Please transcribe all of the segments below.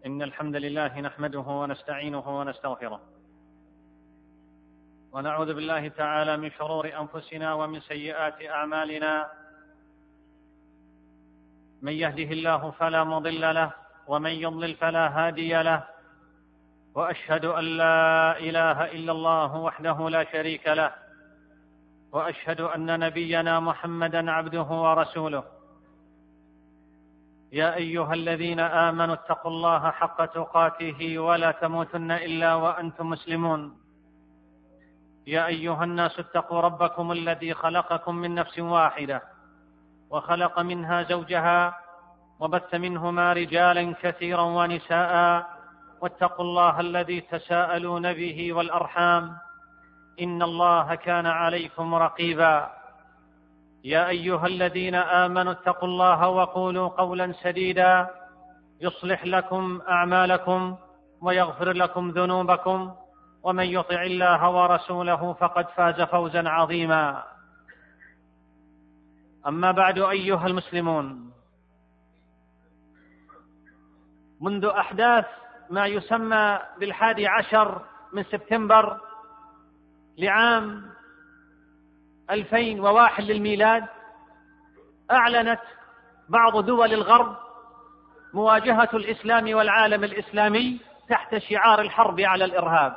إن الحمد لله نحمده ونستعينه ونستغفره، ونعوذ بالله تعالى من شرور أنفسنا ومن سيئات أعمالنا. من يهده الله فلا مضل له، ومن يضلل فلا هادي له، وأشهد أن لا إله إلا الله وحده لا شريك له، وأشهد أن نبينا محمدا عبده ورسوله. يا أيها الذين آمنوا اتقوا الله حق تقاته ولا تموتن إلا وأنتم مسلمون. يا أيها الناس اتقوا ربكم الذي خلقكم من نفس واحدة، وخلق منها زوجها، وبث منهما رجالا كثيرا ونساء، واتقوا الله الذي تساءلون به والأرحام، إن الله كان عليكم رقيبا. يا أيها الذين آمنوا اتقوا الله وقولوا قولا سديدا يصلح لكم أعمالكم ويغفر لكم ذنوبكم، ومن يطع الله ورسوله فقد فاز فوزا عظيما. أما بعد أيها المسلمون، منذ أحداث ما يسمى بال11 من سبتمبر لعام 2001 للميلاد، أعلنت بعض دول الغرب مواجهة الإسلام والعالم الإسلامي تحت شعار الحرب على الإرهاب.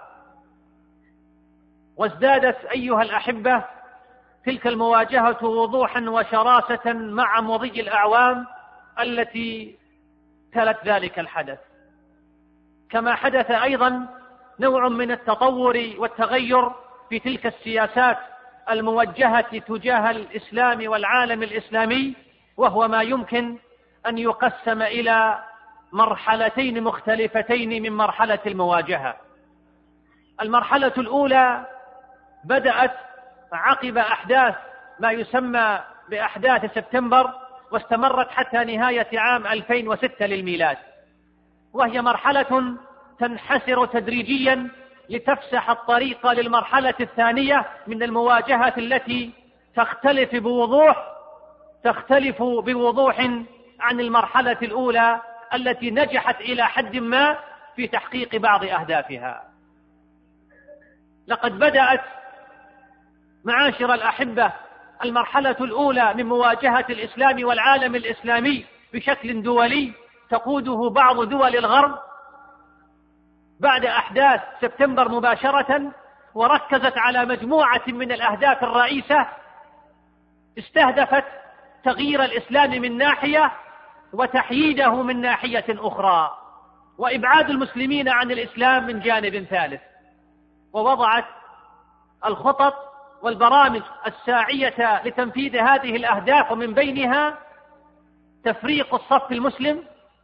وازدادت أيها الأحبة تلك المواجهة وضوحا وشراسة مع مضي الأعوام التي تلت ذلك الحدث، كما حدث أيضا نوع من التطور والتغير في تلك السياسات الموجهة تجاه الإسلام والعالم الإسلامي، وهو ما يمكن أن يقسم إلى مرحلتين مختلفتين من مرحلة المواجهة. المرحلة الأولى بدأت عقب أحداث ما يسمى بأحداث سبتمبر، واستمرت حتى نهاية عام 2006 للميلاد، وهي مرحلة تنحسر تدريجيا لتفسح الطريق للمرحلة الثانية من المواجهة التي تختلف بوضوح عن المرحلة الأولى التي نجحت إلى حد ما في تحقيق بعض أهدافها. لقد بدأت معاشر الأحبة المرحلة الأولى من مواجهة الإسلام والعالم الإسلامي بشكل دولي تقوده بعض دول الغرب بعد أحداث سبتمبر مباشرة، وركزت على مجموعة من الأهداف الرئيسة استهدفت تغيير الإسلام من ناحية وتحييده من ناحية أخرى، وإبعاد المسلمين عن الإسلام من جانب ثالث. ووضعت الخطط والبرامج الساعية لتنفيذ هذه الأهداف، ومن بينها تفريق الصف المسلم،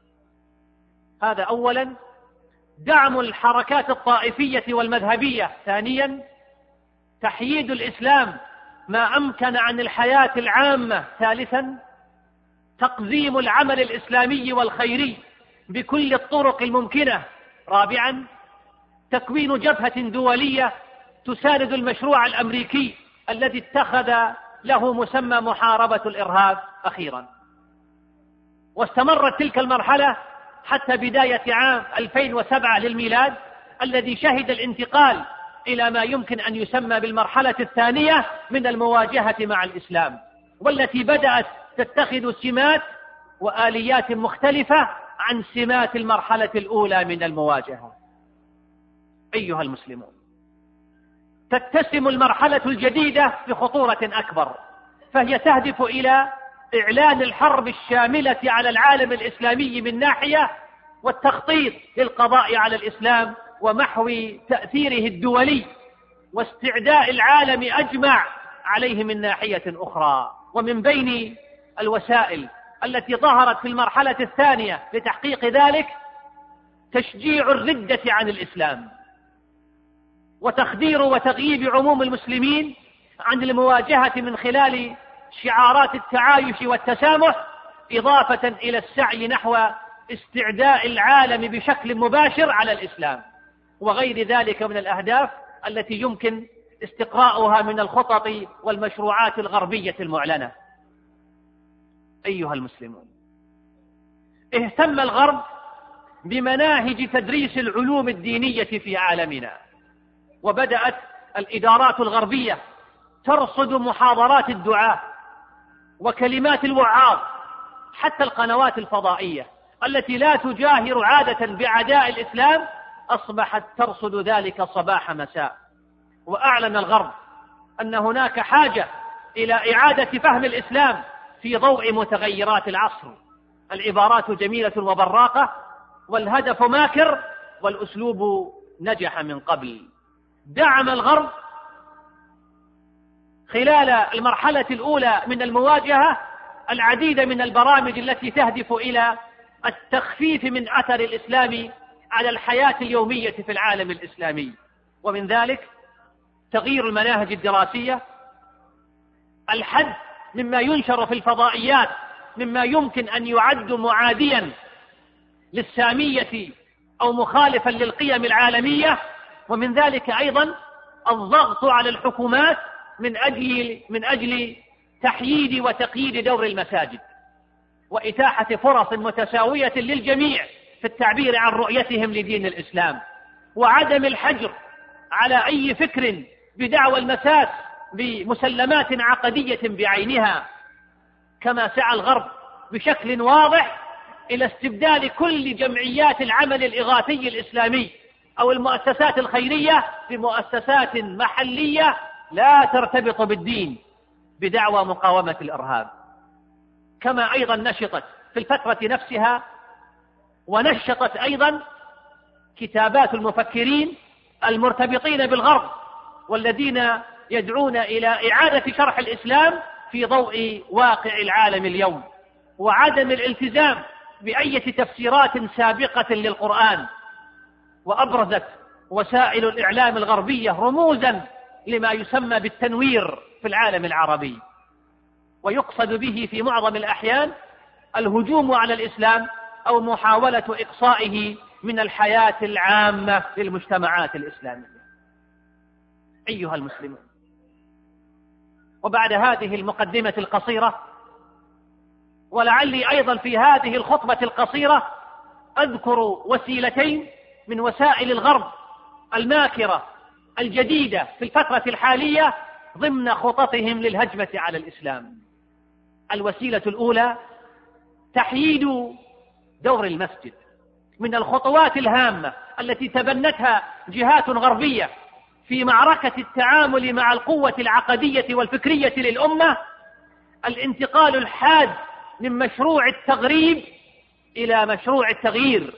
هذا أولا، دعم الحركات الطائفية والمذهبية ثانيا، تحييد الإسلام ما أمكن عن الحياة العامة ثالثا، تقزيم العمل الإسلامي والخيري بكل الطرق الممكنة رابعا، تكوين جبهة دولية تساند المشروع الأمريكي الذي اتخذ له مسمى محاربة الإرهاب أخيرا. واستمرت تلك المرحلة حتى بداية عام 2007 للميلاد، الذي شهد الانتقال إلى ما يمكن أن يسمى بالمرحلة الثانية من المواجهة مع الإسلام، والتي بدأت تتخذ سمات وآليات مختلفة عن سمات المرحلة الأولى من المواجهة. أيها المسلمون، تتسم المرحلة الجديدة بخطورة أكبر، فهي تهدف إلى إعلان الحرب الشاملة على العالم الإسلامي من ناحية، والتخطيط للقضاء على الإسلام ومحو تأثيره الدولي واستعداء العالم أجمع عليه من ناحية أخرى. ومن بين الوسائل التي ظهرت في المرحلة الثانية لتحقيق ذلك تشجيع الردة عن الإسلام، وتخدير وتغييب عموم المسلمين عن المواجهة من خلال شعارات التعايش والتسامح، إضافة إلى السعي نحو استعداء العالم بشكل مباشر على الإسلام، وغير ذلك من الأهداف التي يمكن استقراؤها من الخطط والمشروعات الغربية المعلنة. أيها المسلمون، اهتم الغرب بمناهج تدريس العلوم الدينية في عالمنا. وبدأت الإدارات الغربية ترصد محاضرات الدعاة وكلمات الوعاظ، حتى القنوات الفضائية التي لا تجاهر عادة بعداء الإسلام أصبحت ترصد ذلك صباح مساء. وأعلن الغرب أن هناك حاجة إلى إعادة فهم الإسلام في ضوء متغيرات العصر. العبارات جميلة وبراقة، والهدف ماكر، والأسلوب نجح من قبل. دعم الغرب خلال المرحلة الأولى من المواجهة العديد من البرامج التي تهدف إلى التخفيف من أثر الإسلام على الحياة اليومية في العالم الإسلامي، ومن ذلك تغيير المناهج الدراسية، الحد مما ينشر في الفضائيات مما يمكن أن يعد معاديا للسامية أو مخالفا للقيم العالمية، ومن ذلك أيضا الضغط على الحكومات من أجل تحييد وتقييد دور المساجد وإتاحة فرص متساوية للجميع في التعبير عن رؤيتهم لدين الإسلام، وعدم الحجر على أي فكر بدعوى المساس بمسلمات عقدية بعينها. كما سعى الغرب بشكل واضح إلى استبدال كل جمعيات العمل الإغاثي الإسلامي أو المؤسسات الخيرية بمؤسسات محلية لا ترتبط بالدين بدعوى مقاومة الإرهاب. كما أيضا نشطت في الفترة نفسها ونشطت أيضا كتابات المفكرين المرتبطين بالغرب والذين يدعون إلى إعادة شرح الإسلام في ضوء واقع العالم اليوم، وعدم الالتزام بأي تفسيرات سابقة للقرآن. وأبرزت وسائل الإعلام الغربية رموزا لما يسمى بالتنوير في العالم العربي، ويقصد به في معظم الأحيان الهجوم على الإسلام أو محاولة إقصائه من الحياة العامة للمجتمعات الإسلامية. أيها المسلمون، وبعد هذه المقدمة القصيرة، ولعلي أيضا في هذه الخطبة القصيرة أذكر وسيلتين من وسائل الغرب الماكرة الجديدة في الفترة الحالية ضمن خططهم للهجمة على الإسلام. الوسيلة الأولى تحييد دور المسجد. من الخطوات الهامة التي تبنتها جهات غربية في معركة التعامل مع القوة العقدية والفكرية للأمة الانتقال الحاد من مشروع التغريب إلى مشروع التغيير،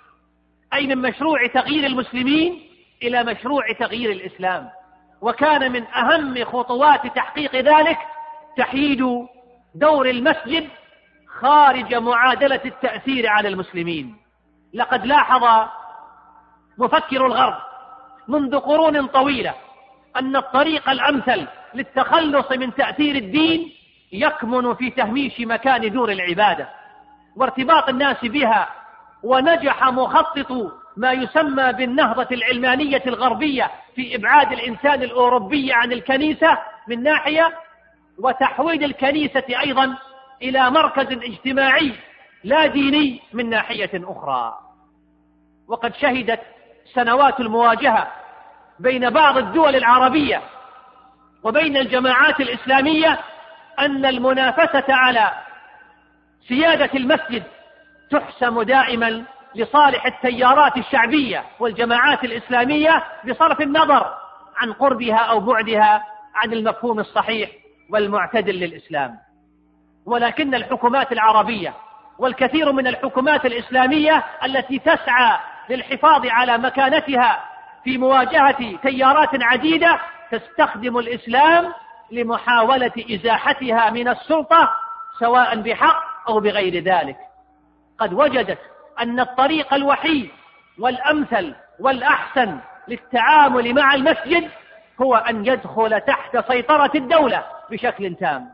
أي من مشروع تغيير المسلمين إلى مشروع تغيير الإسلام. وكان من أهم خطوات تحقيق ذلك تحييد دور المسجد خارج معادلة التأثير على المسلمين. لقد لاحظ مفكر الغرب منذ قرون طويلة أن الطريق الأمثل للتخلص من تأثير الدين يكمن في تهميش مكان دور العبادة وارتباط الناس بها. ونجح مخطط ما يسمى بالنهضة العلمانية الغربية في إبعاد الإنسان الأوروبي عن الكنيسة من ناحية، وتحويل الكنيسة أيضا إلى مركز اجتماعي لا ديني من ناحية أخرى. وقد شهدت سنوات المواجهة بين بعض الدول العربية وبين الجماعات الإسلامية أن المنافسة على سيادة المسجد تحسم دائما لصالح التيارات الشعبية والجماعات الإسلامية بصرف النظر عن قربها أو بعدها عن المفهوم الصحيح والمعتدل للإسلام. ولكن الحكومات العربية والكثير من الحكومات الإسلامية التي تسعى للحفاظ على مكانتها في مواجهة تيارات عديدة تستخدم الإسلام لمحاولة إزاحتها من السلطة سواء بحق أو بغير ذلك. قد وجدت أن الطريق الوحيد والأمثل والأحسن للتعامل مع المسجد هو أن يدخل تحت سيطرة الدولة بشكل تام،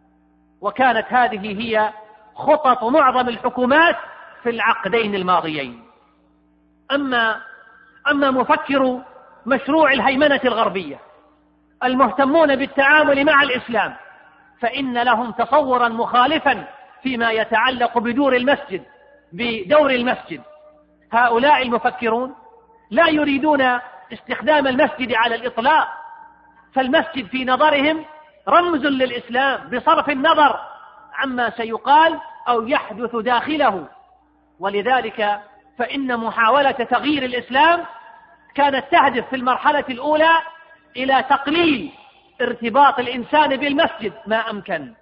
وكانت هذه هي خطط معظم الحكومات في العقدين الماضيين. أما مفكر مشروع الهيمنة الغربية المهتمون بالتعامل مع الإسلام فإن لهم تصورا مخالفا فيما يتعلق بدور المسجد. هؤلاء المفكرون لا يريدون استخدام المسجد على الإطلاق، فالمسجد في نظرهم رمز للإسلام بصرف النظر عما سيقال أو يحدث داخله. ولذلك فإن محاولة تغيير الإسلام كانت تهدف في المرحلة الأولى إلى تقليل ارتباط الإنسان بالمسجد ما أمكن،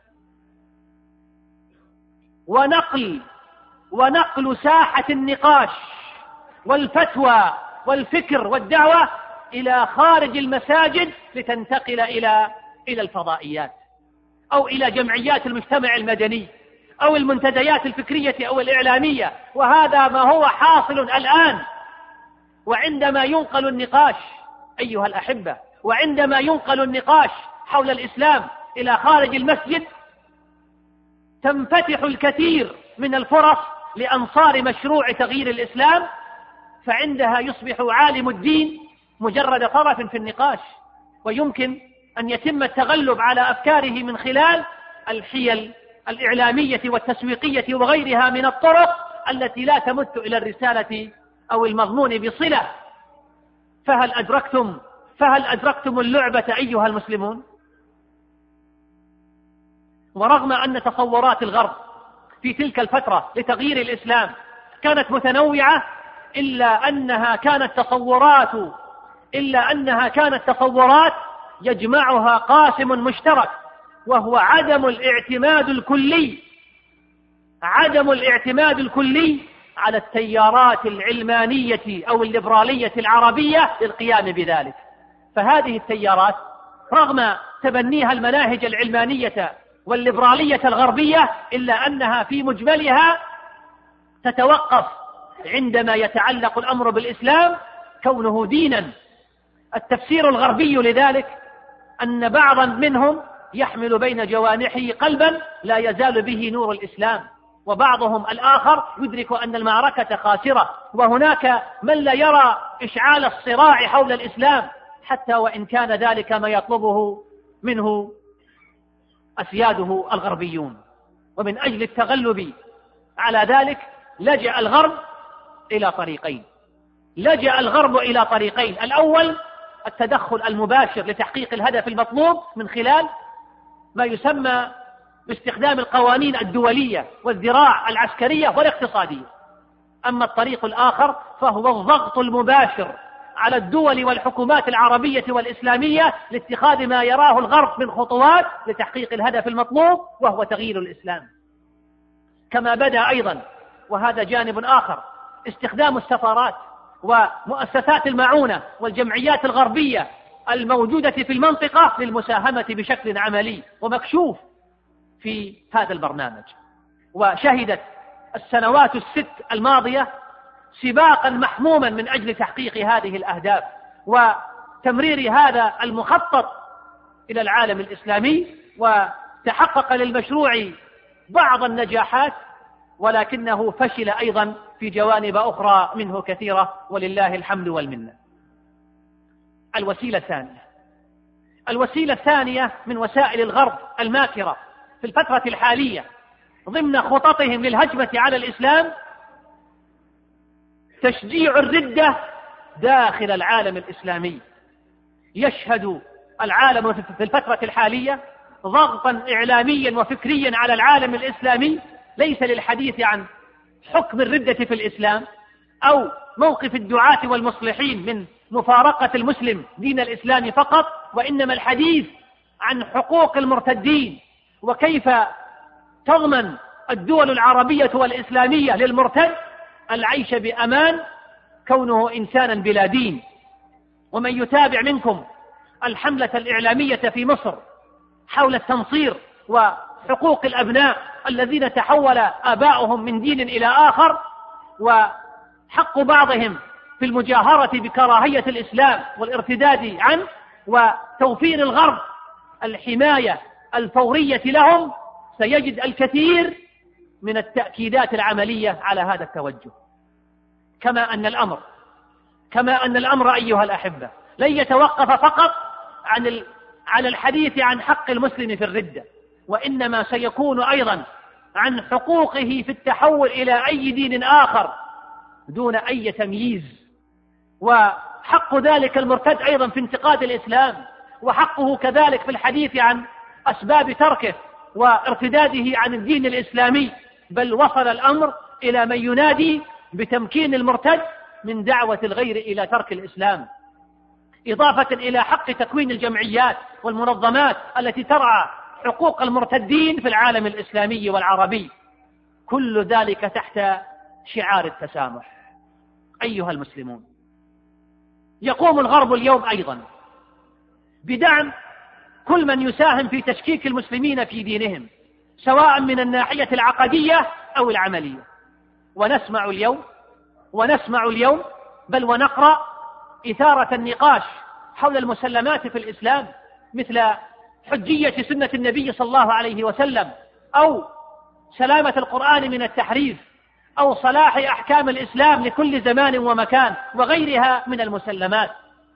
ونقل ساحة النقاش والفتوى والفكر والدعوة إلى خارج المساجد لتنتقل إلى الفضائيات أو إلى جمعيات المجتمع المدني أو المنتديات الفكرية أو الإعلامية. وهذا ما هو حاصل الآن. وعندما ينقل النقاش أيها الأحبة، وعندما ينقل النقاش حول الإسلام إلى خارج المسجد، تنفتح الكثير من الفرص لأنصار مشروع تغيير الإسلام، فعندها يصبح عالم الدين مجرد طرف في النقاش، ويمكن أن يتم التغلب على أفكاره من خلال الحيل الإعلامية والتسويقية وغيرها من الطرق التي لا تمت إلى الرسالة أو المضمون بصلة. فهل أدركتم اللعبة أيها المسلمون؟ ورغم أن تصورات الغرب في تلك الفترة لتغيير الإسلام كانت متنوعة، إلا أنها كانت تصورات يجمعها قاسم مشترك، وهو عدم الاعتماد الكلي على التيارات العلمانية أو الليبرالية العربية للقيام بذلك. فهذه التيارات رغم تبنيها المناهج العلمانية والليبرالية الغربية، إلا أنها في مجملها تتوقف عندما يتعلق الأمر بالإسلام كونه دينا. التفسير الغربي لذلك أن بعضا منهم يحمل بين جوانحه قلبا لا يزال به نور الإسلام، وبعضهم الآخر يدرك أن المعركة خاسرة، وهناك من لا يرى إشعال الصراع حول الإسلام حتى وإن كان ذلك ما يطلبه منه أسياده الغربيون. ومن أجل التغلب على ذلك لجأ الغرب إلى طريقين. الأول التدخل المباشر لتحقيق الهدف المطلوب من خلال ما يسمى باستخدام القوانين الدولية والذراع العسكرية والاقتصادية. أما الطريق الآخر فهو الضغط المباشر على الدول والحكومات العربية والإسلامية لاتخاذ ما يراه الغرب من خطوات لتحقيق الهدف المطلوب، وهو تغيير الإسلام. كما بدأ أيضا، وهذا جانب آخر، استخدام السفارات ومؤسسات المعونة والجمعيات الغربية الموجودة في المنطقة للمساهمة بشكل عملي ومكشوف في هذا البرنامج. وشهدت السنوات الست الماضية سباقا محموما من أجل تحقيق هذه الأهداف وتمرير هذا المخطط إلى العالم الإسلامي، وتحقق للمشروع بعض النجاحات، ولكنه فشل أيضا في جوانب أخرى منه كثيرة، ولله الحمد والمنة. الوسيلة الثانية من وسائل الغرب الماكرة في الفترة الحالية ضمن خططهم للهجمة على الإسلام تشجيع الردة داخل العالم الإسلامي. يشهد العالم في الفترة الحالية ضغطا إعلاميا وفكريا على العالم الإسلامي، ليس للحديث عن حكم الردة في الإسلام أو موقف الدعاة والمصلحين من مفارقة المسلم دين الإسلام فقط، وإنما الحديث عن حقوق المرتدين، وكيف تضمن الدول العربية والإسلامية للمرتد العيش بأمان كونه إنسانا بلا دين. ومن يتابع منكم الحملة الإعلامية في مصر حول التنصير وحقوق الأبناء الذين تحول آباؤهم من دين إلى آخر، وحق بعضهم في المجاهرة بكراهية الإسلام والارتداد عنه، وتوفير الغرب الحماية الفورية لهم، سيجد الكثير من التأكيدات العملية على هذا التوجه. كما أن الأمر أيها الأحبة لن يتوقف فقط على الحديث عن حق المسلم في الردة، وإنما سيكون أيضا عن حقوقه في التحول إلى أي دين آخر دون أي تمييز، وحق ذلك المرتد أيضا في انتقاد الإسلام، وحقه كذلك في الحديث عن أسباب تركه وارتداده عن الدين الإسلامي، بل وصل الأمر إلى من ينادي بتمكين المرتد من دعوة الغير إلى ترك الإسلام، إضافة إلى حق تكوين الجمعيات والمنظمات التي ترعى حقوق المرتدين في العالم الإسلامي والعربي، كل ذلك تحت شعار التسامح. أيها المسلمون، يقوم الغرب اليوم أيضا بدعم كل من يساهم في تشكيك المسلمين في دينهم، سواء من الناحية العقدية أو العملية. ونسمع اليوم بل ونقرأ إثارة النقاش حول المسلمات في الإسلام، مثل حجية سنة النبي صلى الله عليه وسلم، أو سلامة القرآن من التحريف، أو صلاح أحكام الإسلام لكل زمان ومكان، وغيرها من المسلمات.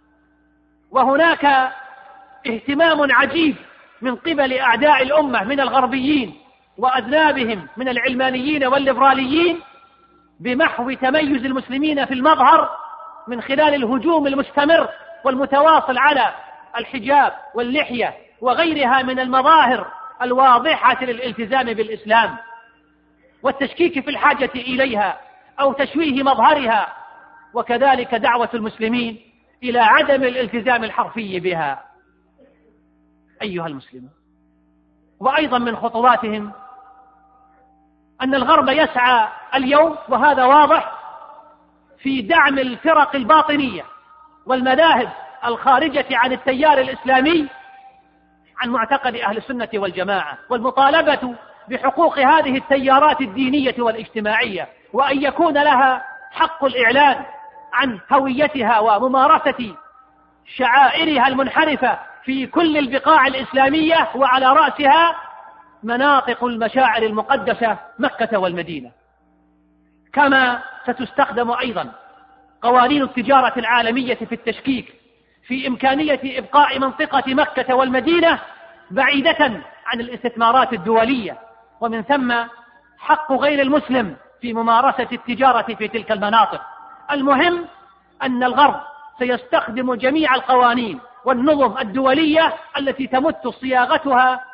وهناك اهتمام عجيب من قبل أعداء الأمة من الغربيين وأذنابهم من العلمانيين والليبراليين بمحو تميز المسلمين في المظهر من خلال الهجوم المستمر والمتواصل على الحجاب واللحية وغيرها من المظاهر الواضحة للالتزام بالإسلام، والتشكيك في الحاجة إليها أو تشويه مظهرها، وكذلك دعوة المسلمين إلى عدم الالتزام الحرفي بها. أيها المسلمون، وأيضا من خطواتهم أن الغرب يسعى اليوم، وهذا واضح، في دعم الفرق الباطنية والمذاهب الخارجة عن التيار الإسلامي عن معتقد أهل السنة والجماعة، والمطالبة بحقوق هذه التيارات الدينية والاجتماعية، وأن يكون لها حق الإعلان عن هويتها وممارسة شعائرها المنحرفة في كل البقاع الإسلامية، وعلى رأسها مناطق المشاعر المقدسة مكة والمدينة. كما ستستخدم أيضا قوانين التجارة العالمية في التشكيك في إمكانية إبقاء منطقة مكة والمدينة بعيدة عن الاستثمارات الدولية، ومن ثم حق غير المسلم في ممارسة التجارة في تلك المناطق. المهم أن الغرب سيستخدم جميع القوانين والنظم الدولية التي تمت صياغتها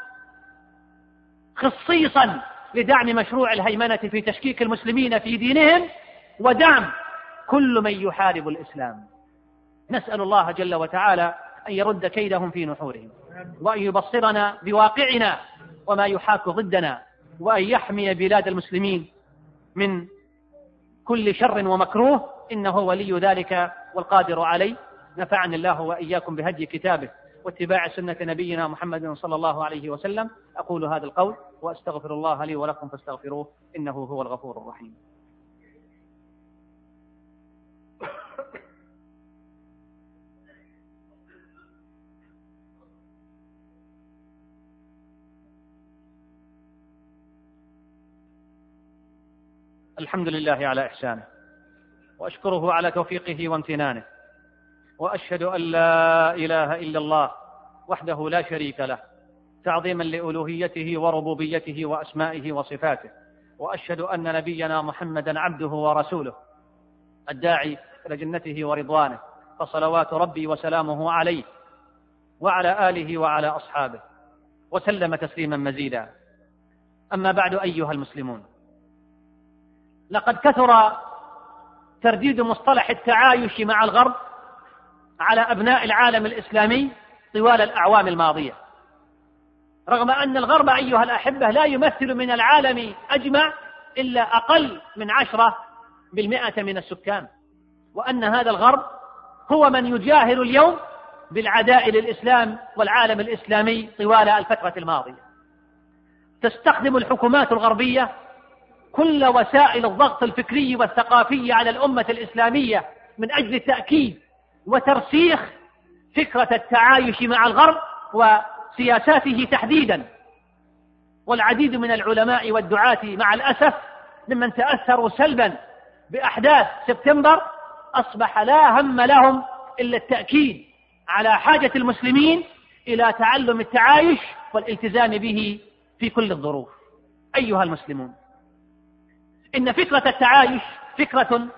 خصيصا لدعم مشروع الهيمنة في تشكيك المسلمين في دينهم ودعم كل من يحارب الإسلام. نسأل الله جل وتعالى أن يرد كيدهم في نحورهم، وأن يبصرنا بواقعنا وما يحاك ضدنا، وأن يحمي بلاد المسلمين من كل شر ومكروه، إنه ولي ذلك والقادر عليه. نفعني الله وإياكم بهدي كتابه واتباع سنة نبينا محمد صلى الله عليه وسلم. أقول هذا القول وأستغفر الله لي ولكم فاستغفروه إنه هو الغفور الرحيم. الحمد لله على إحسانه، وأشكره على توفيقه وامتنانه، وأشهد أن لا إله إلا الله وحده لا شريك له تعظيما لألوهيته وربوبيته وأسمائه وصفاته، وأشهد أن نبينا محمدا عبده ورسوله الداعي إلى جنته ورضوانه، فصلوات ربي وسلامه عليه وعلى آله وعلى أصحابه وسلم تسليما مزيدا. أما بعد، أيها المسلمون، لقد كثر ترديد مصطلح التعايش مع الغرب على أبناء العالم الإسلامي طوال الأعوام الماضية، رغم أن الغرب أيها الأحبة لا يمثل من العالم أجمع إلا أقل من 10% من السكان، وأن هذا الغرب هو من يجاهر اليوم بالعداء للإسلام والعالم الإسلامي طوال الفترة الماضية. تستخدم الحكومات الغربية كل وسائل الضغط الفكري والثقافي على الأمة الإسلامية من أجل تأكيد وترسيخ فكرة التعايش مع الغرب وسياساته تحديدا. والعديد من العلماء والدعاة مع الأسف ممن تأثروا سلبا بأحداث سبتمبر أصبح لا هم لهم إلا التأكيد على حاجة المسلمين إلى تعلم التعايش والالتزام به في كل الظروف. أيها المسلمون، إن فكرة التعايش فكرة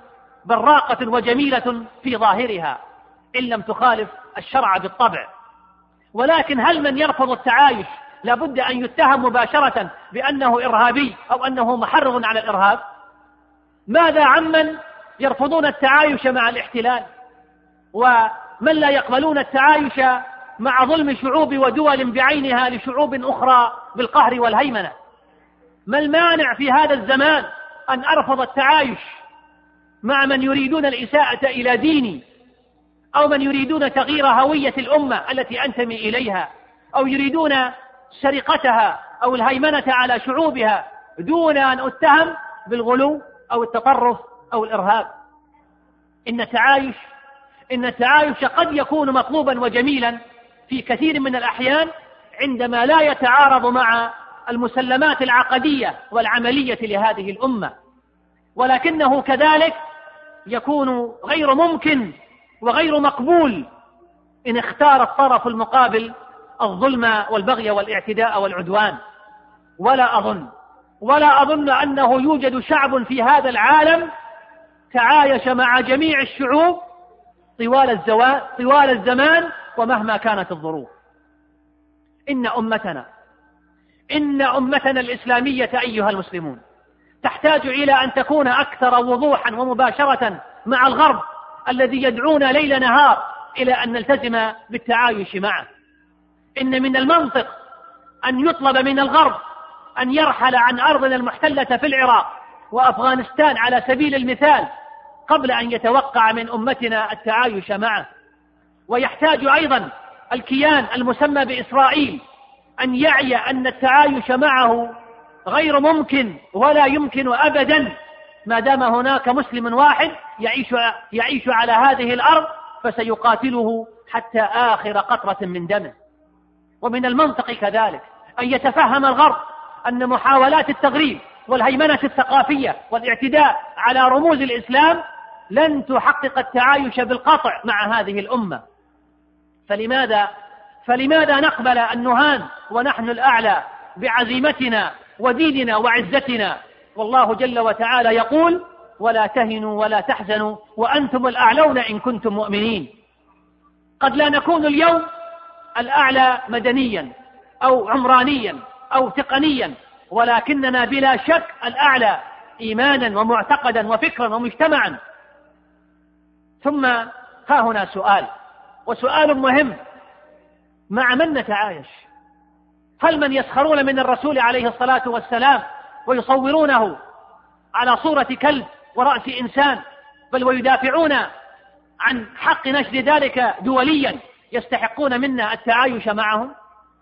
براقة وجميلة في ظاهرها إن لم تخالف الشرع بالطبع. ولكن هل من يرفض التعايش لابد أن يتهم مباشرة بأنه إرهابي أو أنه محرض على الإرهاب؟ ماذا عمن يرفضون التعايش مع الاحتلال ومن لا يقبلون التعايش مع ظلم شعوب ودول بعينها لشعوب أخرى بالقهر والهيمنة؟ ما المانع في هذا الزمان أن أرفض التعايش مع من يريدون الإساءة إلى ديني أو من يريدون تغيير هوية الأمة التي أنتمي إليها أو يريدون سرقتها أو الهيمنة على شعوبها دون أن أتهم بالغلو أو التطرف أو الإرهاب؟ إن التعايش قد يكون مطلوبا وجميلا في كثير من الأحيان عندما لا يتعارض مع المسلمات العقدية والعملية لهذه الأمة، ولكنه كذلك يكون غير ممكن وغير مقبول إن اختار الطرف المقابل الظلم والبغي والاعتداء والعدوان. ولا أظن أنه يوجد شعب في هذا العالم تعايش مع جميع الشعوب طوال الزمان ومهما كانت الظروف. إن أمتنا الإسلامية أيها المسلمون تحتاج إلى أن تكون أكثر وضوحا ومباشرة مع الغرب الذي يدعونا ليل نهار إلى أن نلتزم بالتعايش معه. إن من المنطق أن يطلب من الغرب أن يرحل عن أرضنا المحتلة في العراق وأفغانستان على سبيل المثال قبل أن يتوقع من أمتنا التعايش معه. ويحتاج أيضا الكيان المسمى بإسرائيل أن يعي أن التعايش معه غير ممكن ولا يمكن أبدا ما دام هناك مسلم واحد يعيش على هذه الأرض، فسيقاتله حتى آخر قطرة من دمه. ومن المنطق كذلك أن يتفهم الغرب أن محاولات التغريب والهيمنة الثقافية والاعتداء على رموز الإسلام لن تحقق التعايش بالقطع مع هذه الأمة. فلماذا نقبل أن نهان ونحن الأعلى بعزيمتنا وديننا وعزتنا؟ والله جل وتعالى يقول: ولا تهنوا ولا تحزنوا وأنتم الأعلون إن كنتم مؤمنين. قد لا نكون اليوم الأعلى مدنيا أو عمرانيا أو تقنيا، ولكننا بلا شك الأعلى إيمانا ومعتقدا وفكرا ومجتمعا. ثم ها هنا سؤال مهم: مع من نتعايش؟ هل من يسخرون من الرسول عليه الصلاة والسلام ويصورونه على صورة كلب ورأس إنسان، بل ويدافعون عن حق نشر ذلك دوليا يستحقون منا التعايش معهم؟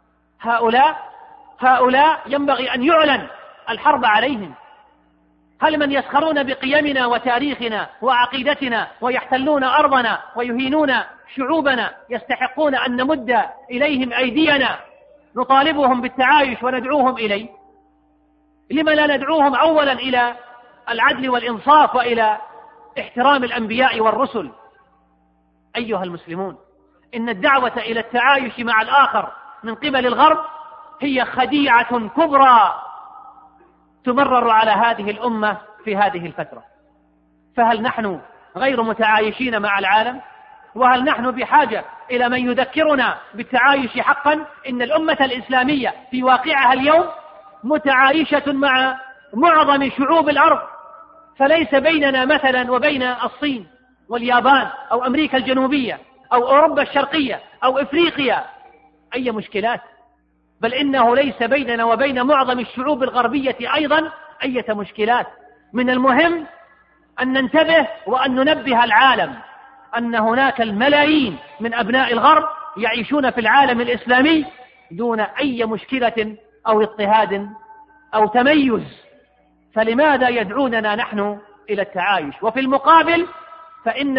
هؤلاء ينبغي أن يعلن الحرب عليهم. هل من يسخرون بقيمنا وتاريخنا وعقيدتنا ويحتلون أرضنا ويهينون شعوبنا يستحقون أن نمد إليهم أيدينا نطالبهم بالتعايش وندعوهم إليه؟ لما لا ندعوهم أولا إلى العدل والإنصاف وإلى احترام الأنبياء والرسل؟ أيها المسلمون، إن الدعوة إلى التعايش مع الآخر من قبل الغرب هي خديعة كبرى تمرر على هذه الأمة في هذه الفترة. فهل نحن غير متعايشين مع العالم؟ وهل نحن بحاجة إلى من يذكرنا بالتعايش حقا؟ إن الأمة الإسلامية في واقعها اليوم متعايشة مع معظم شعوب الأرض، فليس بيننا مثلا وبين الصين واليابان أو أمريكا الجنوبية أو أوروبا الشرقية أو إفريقيا أي مشكلات، بل إنه ليس بيننا وبين معظم الشعوب الغربية أيضا أي مشكلات. من المهم أن ننتبه وأن ننبه العالم أن هناك الملايين من أبناء الغرب يعيشون في العالم الإسلامي دون أي مشكلة أو اضطهاد أو تميز، فلماذا يدعوننا نحن إلى التعايش؟ وفي المقابل فإن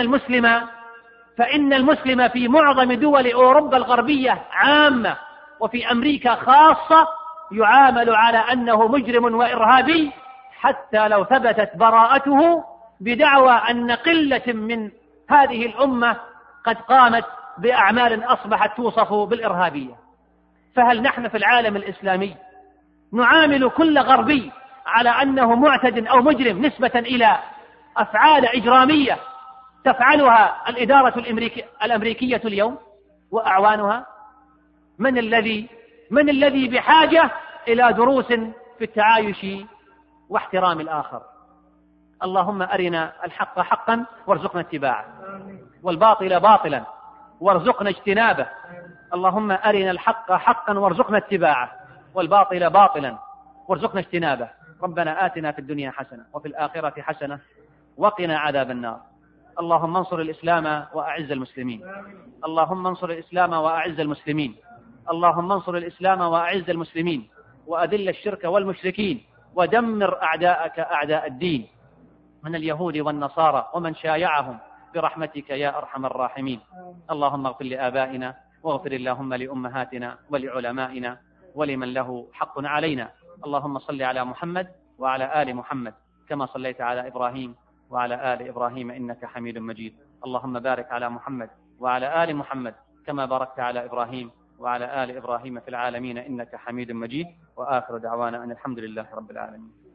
المسلم في معظم دول أوروبا الغربية عامة وفي أمريكا خاصة يعامل على أنه مجرم وإرهابي حتى لو ثبتت براءته بدعوى أن قلة من هذه الأمة قد قامت بأعمال أصبحت توصف بالإرهابية. فهل نحن في العالم الإسلامي نعامل كل غربي على أنه معتد أو مجرم نسبة إلى أفعال إجرامية تفعلها الإدارة الأمريكية اليوم وأعوانها؟ من الذي بحاجة إلى دروس في التعايش واحترام الآخر؟ اللهم أرنا الحق حقا وارزقنا اتباعه، والباطل باطلا وارزقنا اجتنابه. اللهم أرنا الحق حقا وارزقنا اتباعه، والباطل باطلا وارزقنا اجتنابه. ربنا آتنا في الدنيا حسنة وفي الآخرة حسنة وقنا عذاب النار. اللهم انصر الإسلام وأعز المسلمين. اللهم انصر الإسلام وأعز المسلمين. اللهم انصر الإسلام وأعز المسلمين، وأذل الشرك والمشركين، ودمر أعداءك أعداء الدين من اليهود والنصارى ومن شايعهم برحمتك يا أرحم الراحمين. اللهم اغفر لآبائنا، واغفر اللهم لأمهاتنا ولعلمائنا ولمن له حق علينا. اللهم صل على محمد وعلى آل محمد كما صليت على إبراهيم وعلى آل إبراهيم إنك حميد مجيد. اللهم بارك على محمد وعلى آل محمد كما باركت على إبراهيم وعلى آل إبراهيم في العالمين إنك حميد مجيد. وآخر دعوانا أن الحمد لله رب العالمين.